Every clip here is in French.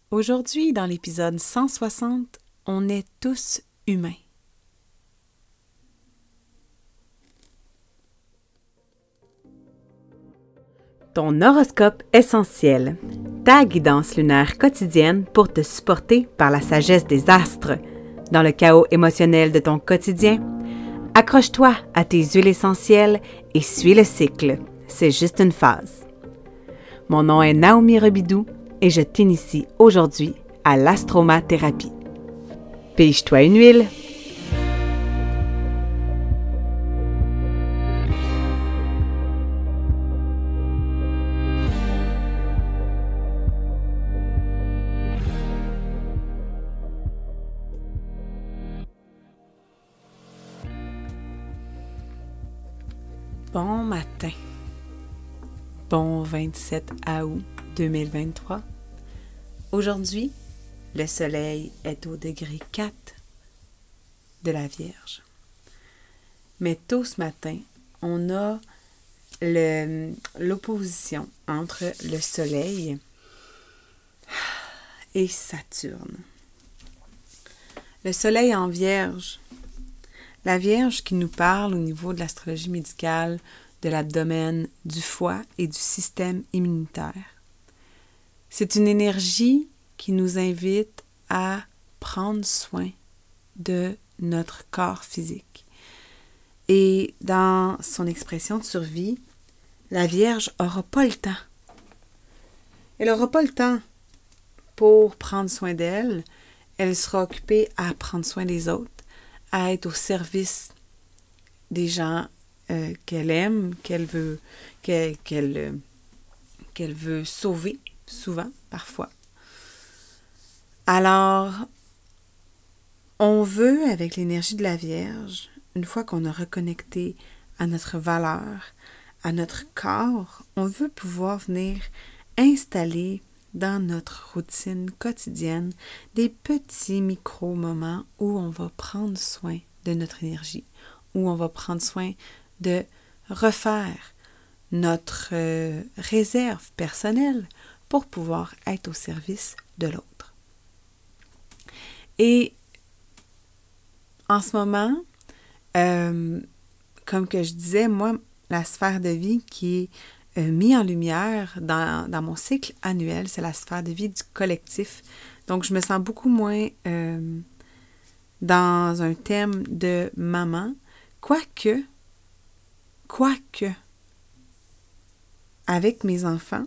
Aujourd'hui, dans l'épisode 160, on est tous humains. Ton horoscope essentiel, ta guidance lunaire quotidienne pour te supporter par la sagesse des astres. Dans le chaos émotionnel de ton quotidien, accroche-toi à tes huiles essentielles et suis le cycle. C'est juste une phase. Mon nom est Naomi Robidoux et je t'initie aujourd'hui à l'astromathérapie. Pige-toi une huile. Bon matin. Bon 27 août 2023. Aujourd'hui, le soleil est au degré 4 de la Vierge. Mais tôt ce matin, on a l'opposition entre le soleil et Saturne. Le soleil en Vierge, la Vierge qui nous parle au niveau de l'astrologie médicale, de l'abdomen, du foie et du système immunitaire. C'est une énergie qui nous invite à prendre soin de notre corps physique. Et dans son expression de survie, la Vierge n'aura pas le temps. Elle n'aura pas le temps pour prendre soin d'elle. Elle sera occupée à prendre soin des autres, à être au service des gens qu'elle aime, qu'elle veut sauver, souvent, parfois. Alors, on veut, avec l'énergie de la Vierge, une fois qu'on a reconnecté à notre valeur, à notre corps, on veut pouvoir venir installer dans notre routine quotidienne des petits micro-moments où on va prendre soin de notre énergie, où on va prendre soin de refaire notre réserve personnelle pour pouvoir être au service de l'autre. Et en ce moment, comme que je disais, moi, la sphère de vie qui est mise en lumière dans mon cycle annuel, c'est la sphère de vie du collectif. Donc, je me sens beaucoup moins dans un thème de maman, quoique, avec mes enfants,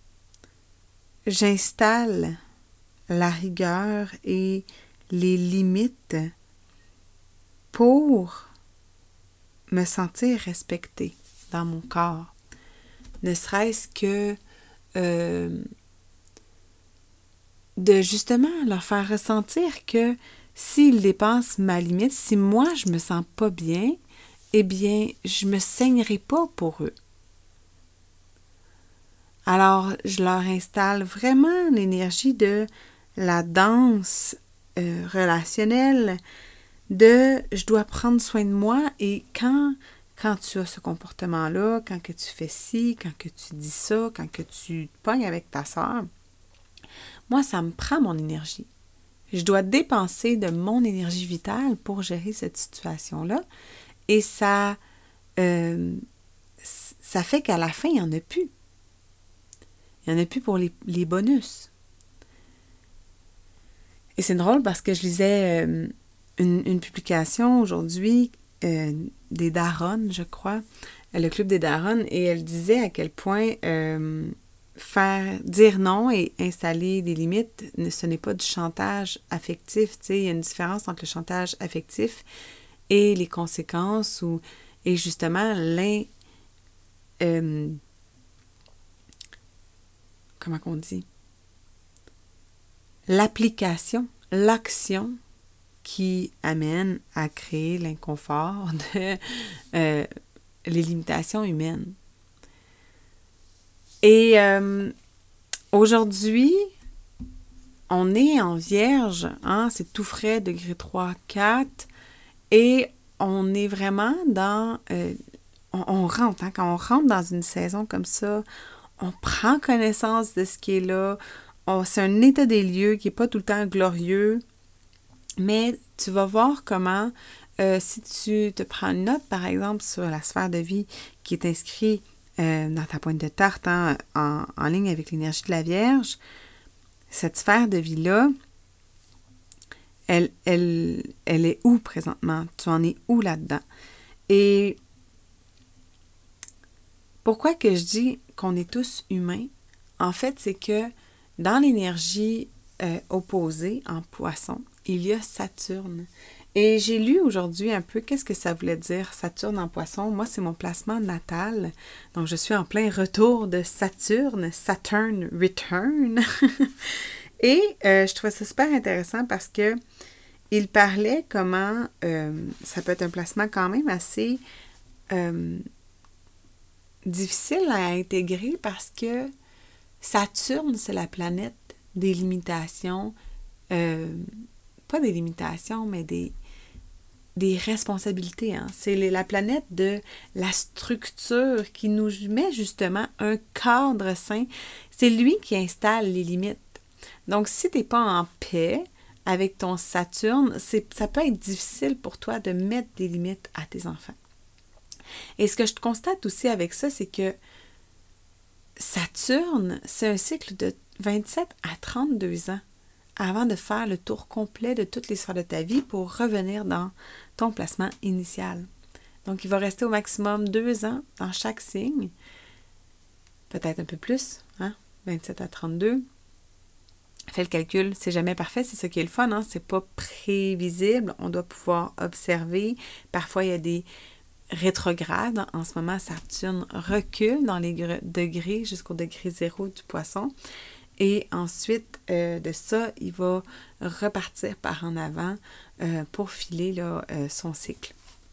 j'installe la rigueur et les limites pour me sentir respectée dans mon corps. Ne serait-ce que de justement leur faire ressentir que s'ils dépassent ma limite, si moi je me sens pas bien, eh bien, je me saignerai pas pour eux. Alors, je leur installe vraiment l'énergie de la danse relationnelle, de je dois prendre soin de moi et quand tu as ce comportement-là, quand que tu fais ci, quand que tu dis ça, quand que tu te pognes avec ta sœur, moi, ça me prend mon énergie. Je dois dépenser de mon énergie vitale pour gérer cette situation-là et ça fait qu'à la fin, il n'y en a plus. Il n'y en a plus pour les bonus. Et c'est drôle parce que je lisais une publication aujourd'hui des Daronnes, je crois, le Club des Daronnes, et elle disait à quel point dire non et installer des limites, ce n'est pas du chantage affectif. Tu sais, il y a une différence entre le chantage affectif et les conséquences et justement comment on dit? L'application, l'action qui amène à créer l'inconfort de les limitations humaines. Et aujourd'hui, on est en Vierge, hein, c'est tout frais, degré 3, 4, et on est vraiment dans... on rentre, hein, quand on rentre dans une saison comme ça, on prend connaissance de ce qui est là, c'est un état des lieux qui n'est pas tout le temps glorieux, mais tu vas voir comment, si tu te prends une note, par exemple, sur la sphère de vie qui est inscrite dans ta pointe de tarte, hein, en ligne avec l'énergie de la Vierge, cette sphère de vie-là, elle est où présentement? Tu en es où là-dedans? Et pourquoi que je dis qu'on est tous humains? En fait, c'est que dans l'énergie opposée en Poisson, il y a Saturne. Et j'ai lu aujourd'hui un peu qu'est-ce que ça voulait dire Saturne en Poisson. Moi, c'est mon placement natal. Donc, je suis en plein retour de Saturne, Saturn Return. Et je trouvais ça super intéressant parce que il parlait comment ça peut être un placement quand même assez difficile à intégrer parce que Saturne, c'est la planète des limitations, pas des limitations, mais des responsabilités. Hein. C'est la planète de la structure qui nous met justement un cadre sain. C'est lui qui installe les limites. Donc, si tu n'es pas en paix avec ton Saturne, ça peut être difficile pour toi de mettre des limites à tes enfants. Et ce que je constate aussi avec ça, c'est que Saturne, c'est un cycle de 27 à 32 ans avant de faire le tour complet de toutes les sphères de ta vie pour revenir dans ton placement initial. Donc, il va rester au maximum 2 ans dans chaque signe, peut-être un peu plus, hein? 27 à 32. Fais le calcul, c'est jamais parfait, c'est ça qui est le fun, hein? C'est pas prévisible, on doit pouvoir observer. Parfois, il y a des rétrogrades. En ce moment, Saturne recule dans les degrés jusqu'au degré 0 du Poisson. Et ensuite de ça, il va repartir par en avant pour filer là, son cycle.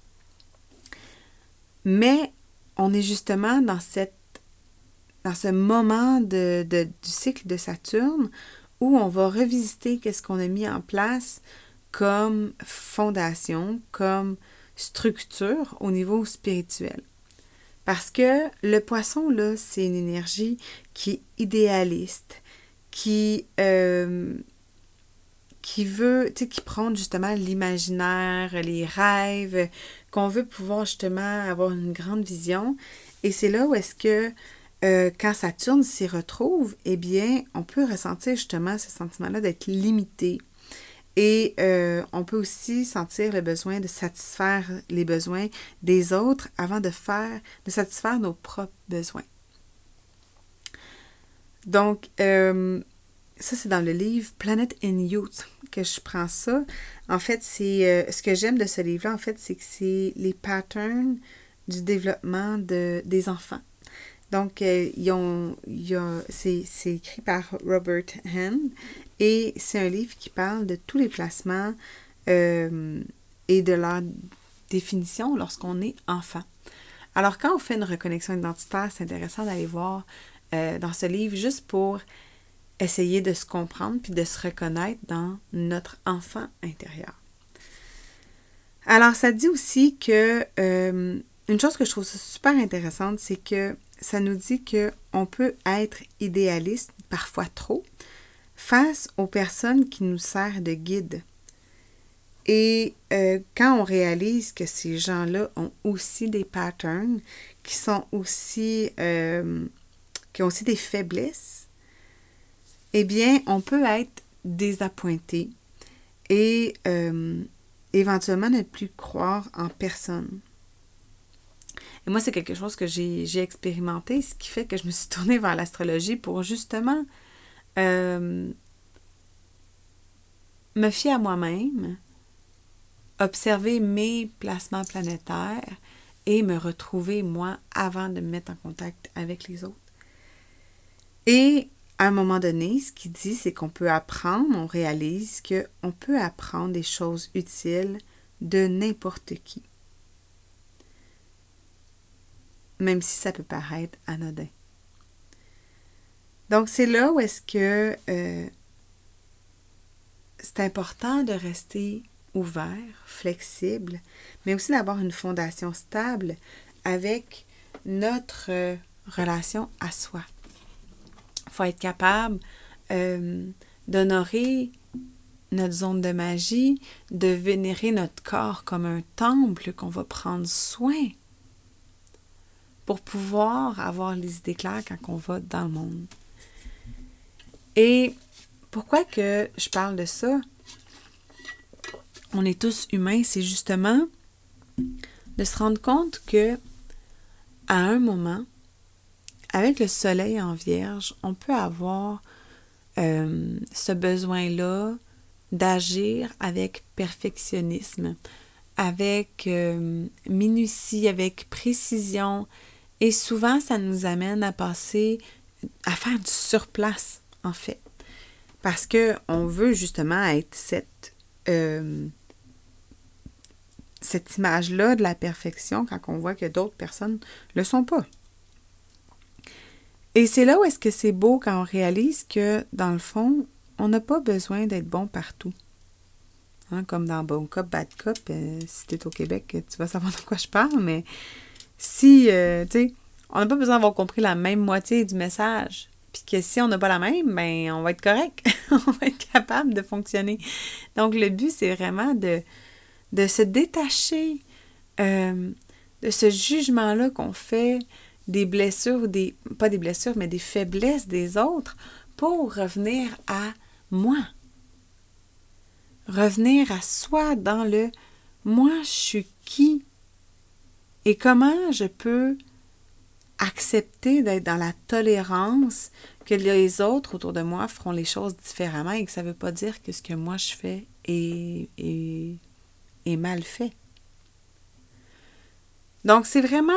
Mais on est justement dans ce moment du cycle de Saturne où on va revisiter qu'est-ce qu'on a mis en place comme fondation, comme structure au niveau spirituel. Parce que le Poisson, là, c'est une énergie qui est idéaliste, qui veut, tu sais, qui prône justement l'imaginaire, les rêves, qu'on veut pouvoir justement avoir une grande vision. Et c'est là où est-ce que quand Saturne s'y retrouve, eh bien, on peut ressentir justement ce sentiment-là d'être limité. Et on peut aussi sentir le besoin de satisfaire les besoins des autres avant de satisfaire nos propres besoins. Donc, ça, c'est dans le livre Planet in Youth que je prends ça. En fait, c'est ce que j'aime de ce livre-là, en fait, c'est que c'est les patterns du développement des enfants. Donc, c'est écrit par Robert Hand et c'est un livre qui parle de tous les placements et de leur définition lorsqu'on est enfant. Alors, quand on fait une reconnexion identitaire, c'est intéressant d'aller voir dans ce livre juste pour essayer de se comprendre puis de se reconnaître dans notre enfant intérieur. Alors, ça dit aussi que une chose que je trouve super intéressante, c'est que ça nous dit qu'on peut être idéaliste, parfois trop, face aux personnes qui nous servent de guide. Et quand on réalise que ces gens-là ont aussi des patterns, qui ont aussi des faiblesses, eh bien, on peut être désappointé et éventuellement ne plus croire en personne. Et moi, c'est quelque chose que j'ai expérimenté, ce qui fait que je me suis tournée vers l'astrologie pour justement me fier à moi-même, observer mes placements planétaires et me retrouver moi avant de me mettre en contact avec les autres. Et à un moment donné, ce qu'il dit, c'est qu'on peut apprendre, on réalise qu'on peut apprendre des choses utiles de n'importe qui. Même si ça peut paraître anodin. Donc, c'est là où est-ce que c'est important de rester ouvert, flexible, mais aussi d'avoir une fondation stable avec notre relation à soi. Il faut être capable d'honorer notre zone de magie, de vénérer notre corps comme un temple qu'on va prendre soin pour pouvoir avoir les idées claires quand on va dans le monde. Et pourquoi que je parle de ça? On est tous humains, c'est justement de se rendre compte que à un moment, avec le soleil en vierge, on peut avoir ce besoin-là d'agir avec perfectionnisme, avec minutie, avec précision. Et souvent, ça nous amène à à faire du surplace, en fait. Parce qu'on veut justement être cette image-là de la perfection quand on voit que d'autres personnes ne le sont pas. Et c'est là où est-ce que c'est beau quand on réalise que, dans le fond, on n'a pas besoin d'être bon partout. Hein, comme dans Bon Cop, Bad Cop, si tu es au Québec, tu vas savoir de quoi je parle, mais si, tu sais, on n'a pas besoin d'avoir compris la même moitié du message. Puis que si on n'a pas la même, ben on va être correct. On va être capable de fonctionner. Donc, le but, c'est vraiment de se détacher de ce jugement-là qu'on fait des blessures, pas des blessures, mais des faiblesses des autres pour revenir à moi. Revenir à soi dans le « moi, je suis qui ?» et comment je peux accepter d'être dans la tolérance que les autres autour de moi feront les choses différemment et que ça ne veut pas dire que ce que moi je fais est mal fait. Donc, c'est vraiment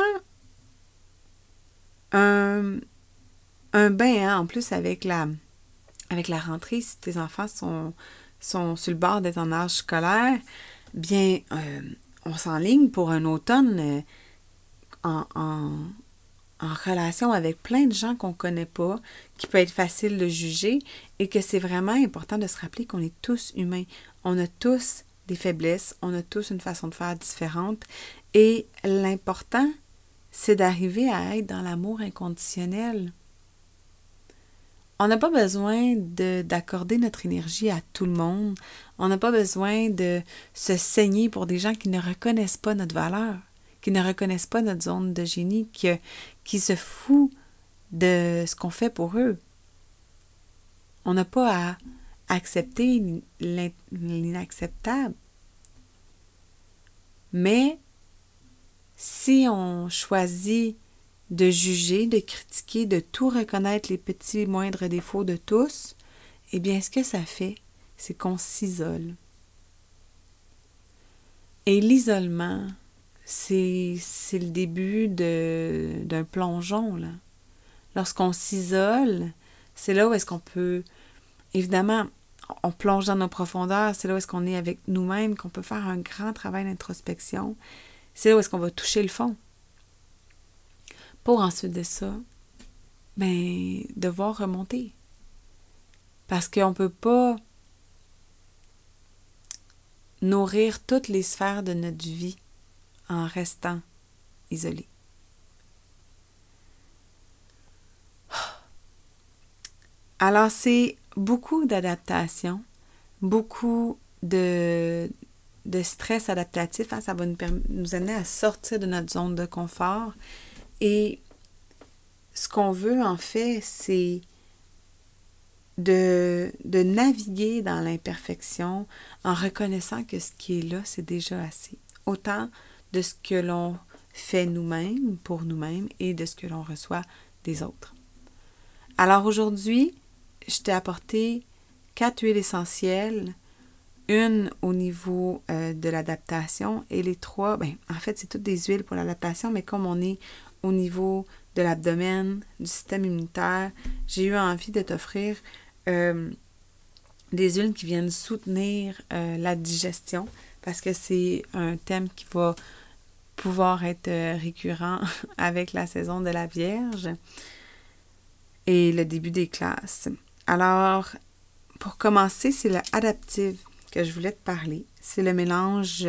un bain, hein, en plus avec la rentrée, si tes enfants sont sur le bord d'être en âge scolaire, bien, on s'enligne pour un automne en relation avec plein de gens qu'on ne connaît pas, qui peut être facile de juger, et que c'est vraiment important de se rappeler qu'on est tous humains. On a tous des faiblesses, on a tous une façon de faire différente, et l'important, c'est d'arriver à être dans l'amour inconditionnel. On n'a pas besoin d'accorder notre énergie à tout le monde. On n'a pas besoin de se saigner pour des gens qui ne reconnaissent pas notre valeur, qui ne reconnaissent pas notre zone de génie, qui se foutent de ce qu'on fait pour eux. On n'a pas à accepter l'inacceptable. Mais si on choisit de juger, de critiquer, de tout reconnaître les petits moindres défauts de tous, eh bien, ce que ça fait, c'est qu'on s'isole. Et l'isolement, c'est le début d'un plongeon, là. Lorsqu'on s'isole, c'est là où est-ce qu'on peut, évidemment, on plonge dans nos profondeurs, c'est là où est-ce qu'on est avec nous-mêmes, qu'on peut faire un grand travail d'introspection. C'est là où est-ce qu'on va toucher le fond. Pour ensuite de ça, ben, devoir remonter. Parce qu'on ne peut pas nourrir toutes les sphères de notre vie en restant isolé. Alors, c'est beaucoup d'adaptation, beaucoup de stress adaptatif. Hein, ça va nous amener à sortir de notre zone de confort. Et ce qu'on veut, en fait, c'est de naviguer dans l'imperfection en reconnaissant que ce qui est là, c'est déjà assez. Autant de ce que l'on fait nous-mêmes, pour nous-mêmes, et de ce que l'on reçoit des autres. Alors aujourd'hui, je t'ai apporté 4 huiles essentielles, une au niveau de l'adaptation et les 3, en fait, c'est toutes des huiles pour l'adaptation, mais comme on est au niveau de l'abdomen, du système immunitaire, j'ai eu envie de t'offrir des huiles qui viennent soutenir la digestion parce que c'est un thème qui va pouvoir être récurrent avec la saison de la Vierge et le début des classes. Alors, pour commencer, c'est le adaptive que je voulais te parler. C'est le mélange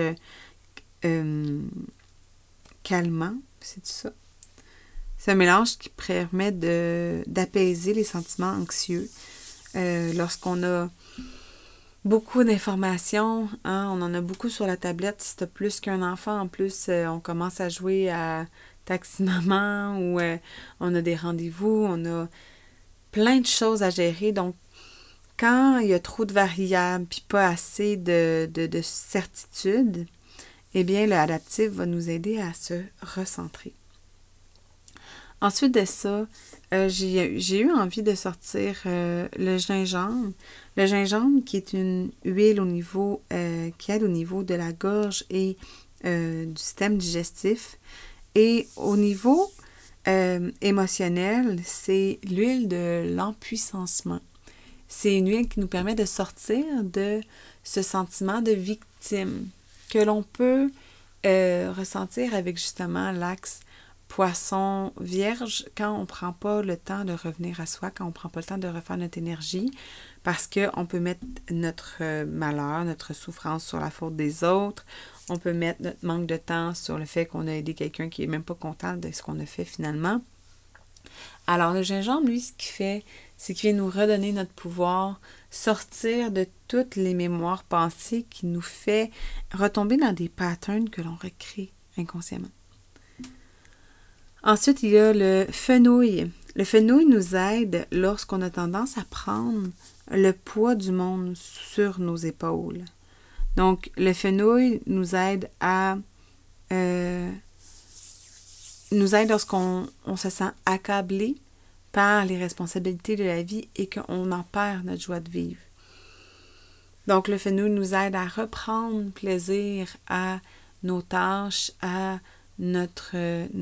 calmant, c'est ça? C'est un mélange qui permet d'apaiser les sentiments anxieux, lorsqu'on a beaucoup d'informations, hein, on en a beaucoup sur la tablette. Si tu as plus qu'un enfant, en plus, on commence à jouer à Taxi Maman ou on a des rendez-vous, on a plein de choses à gérer. Donc, quand il y a trop de variables puis pas assez de certitude, eh bien, le adaptif va nous aider à se recentrer. Ensuite de ça, j'ai eu envie de sortir le gingembre. Le gingembre qui est une huile qui aide au niveau de la gorge et du système digestif. Et au niveau émotionnel, c'est l'huile de l'empuissancement. C'est une huile qui nous permet de sortir de ce sentiment de victime que l'on peut ressentir avec justement l'axe Poisson Vierge quand on ne prend pas le temps de revenir à soi, quand on ne prend pas le temps de refaire notre énergie, parce qu'on peut mettre notre malheur, notre souffrance sur la faute des autres, on peut mettre notre manque de temps sur le fait qu'on a aidé quelqu'un qui n'est même pas content de ce qu'on a fait finalement. Alors le gingembre, lui, ce qu'il fait, c'est qu'il vient nous redonner notre pouvoir, sortir de toutes les mémoires passées qui nous fait retomber dans des patterns que l'on recrée inconsciemment. Ensuite, il y a le fenouil. Le fenouil nous aide lorsqu'on a tendance à prendre le poids du monde sur nos épaules. Donc, le fenouil nous aide lorsqu'on se sent accablé par les responsabilités de la vie et qu'on en perd notre joie de vivre. Donc, le fenouil nous aide à reprendre plaisir à nos tâches, à notre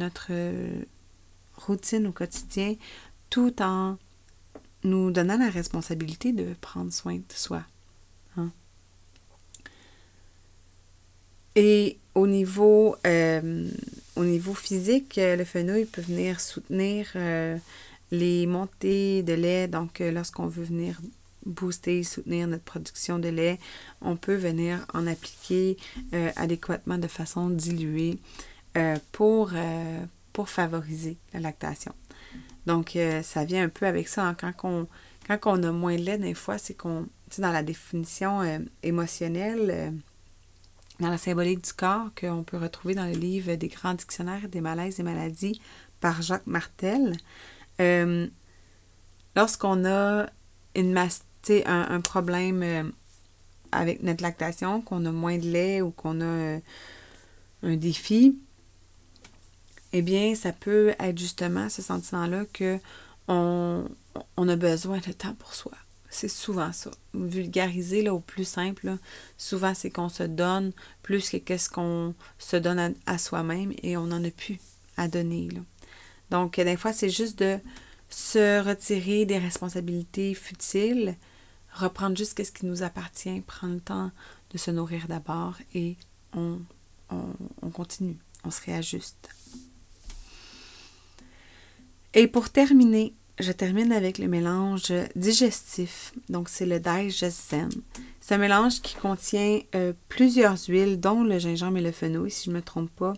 routine au quotidien, tout en nous donnant la responsabilité de prendre soin de soi. Hein? Et au niveau physique, le fenouil peut venir soutenir les montées de lait. Donc, lorsqu'on veut venir booster, soutenir notre production de lait, on peut venir en appliquer adéquatement de façon diluée pour favoriser la lactation. Donc, ça vient un peu avec ça. Hein, quand on a moins de lait, des fois, c'est qu'on, dans la définition émotionnelle, dans la symbolique du corps, qu'on peut retrouver dans le livre des grands dictionnaires des malaises et maladies par Jacques Martel, lorsqu'on a un problème avec notre lactation, qu'on a moins de lait ou qu'on a un défi, eh bien, ça peut être justement ce sentiment-là qu'on a besoin de temps pour soi. C'est souvent ça. Vulgariser là, au plus simple, là, souvent c'est qu'on se donne plus que qu'est-ce qu'on se donne à soi-même et on n'en a plus à donner. Là. Donc, des fois, c'est juste de se retirer des responsabilités futiles, reprendre juste ce qui nous appartient, prendre le temps de se nourrir d'abord et on continue, on se réajuste. Et pour terminer, je termine avec le mélange digestif. Donc, c'est le Digeszen. C'est un mélange qui contient plusieurs huiles, dont le gingembre et le fenouil, si je ne me trompe pas,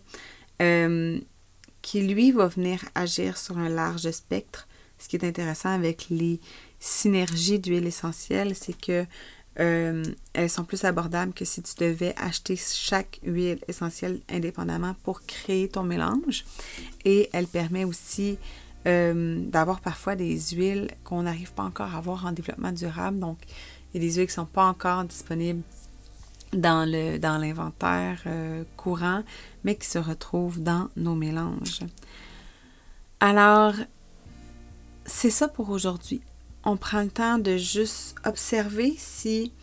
qui, lui, va venir agir sur un large spectre. Ce qui est intéressant avec les synergies d'huiles essentielles, c'est que elles sont plus abordables que si tu devais acheter chaque huile essentielle indépendamment pour créer ton mélange. Et elle permet aussi d'avoir parfois des huiles qu'on n'arrive pas encore à avoir en développement durable. Donc, il y a des huiles qui ne sont pas encore disponibles dans l'inventaire courant, mais qui se retrouvent dans nos mélanges. Alors, c'est ça pour aujourd'hui. On prend le temps de juste observer si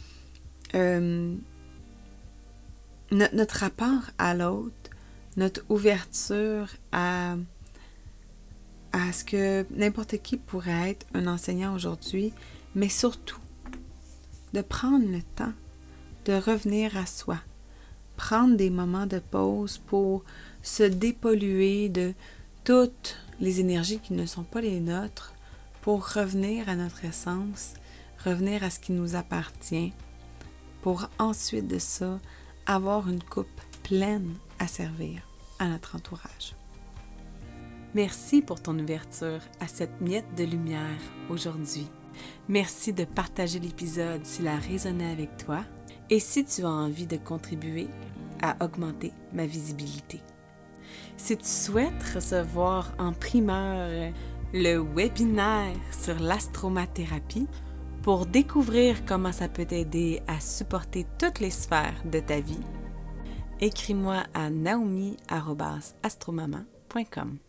notre rapport à l'autre, notre ouverture à ce que n'importe qui pourrait être un enseignant aujourd'hui, mais surtout de prendre le temps de revenir à soi, prendre des moments de pause pour se dépolluer de toutes les énergies qui ne sont pas les nôtres, pour revenir à notre essence, revenir à ce qui nous appartient, pour ensuite de ça, avoir une coupe pleine à servir à notre entourage. Merci pour ton ouverture à cette miette de lumière aujourd'hui. Merci de partager l'épisode s'il a résonné avec toi et si tu as envie de contribuer à augmenter ma visibilité. Si tu souhaites recevoir en primeur le webinaire sur l'astromathérapie pour découvrir comment ça peut t'aider à supporter toutes les sphères de ta vie, écris-moi à naomi@astromaman.com.